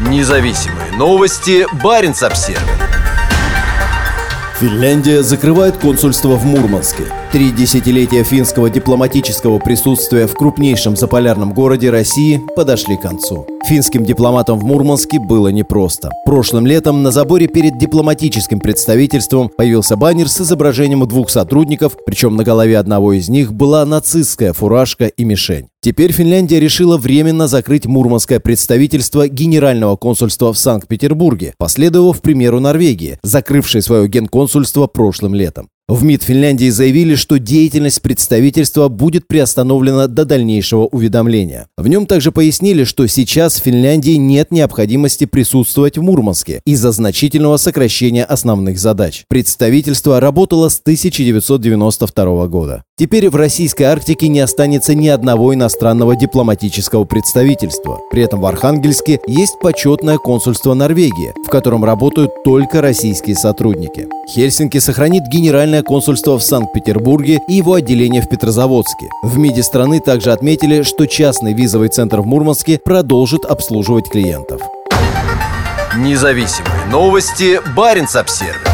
Независимые новости. Баренц-Обсервис. Финляндия закрывает консульство в Мурманске. 3 десятилетия финского дипломатического присутствия в крупнейшем заполярном городе России подошли к концу. Финским дипломатам в Мурманске было непросто. Прошлым летом на заборе перед дипломатическим представительством появился баннер с изображением 2 сотрудников, причем на голове одного из них была нацистская фуражка и мишень. Теперь Финляндия решила временно закрыть мурманское представительство Генерального консульства в Санкт-Петербурге, последовав примеру Норвегии, закрывшей свое генконсульство прошлым летом. В МИД Финляндии заявили, что деятельность представительства будет приостановлена до дальнейшего уведомления. В нем также пояснили, что сейчас в Финляндии нет необходимости присутствовать в Мурманске из-за значительного сокращения основных задач. Представительство работало с 1992 года. Теперь в российской Арктике не останется ни одного иностранного дипломатического представительства. При этом в Архангельске есть почетное консульство Норвегии, в котором работают только российские сотрудники. Хельсинки сохранит Генеральное консульство в Санкт-Петербурге и его отделение в Петрозаводске. В МИДе страны также отметили, что частный визовый центр в Мурманске продолжит обслуживать клиентов. Независимые новости. Баренц-Обсервис.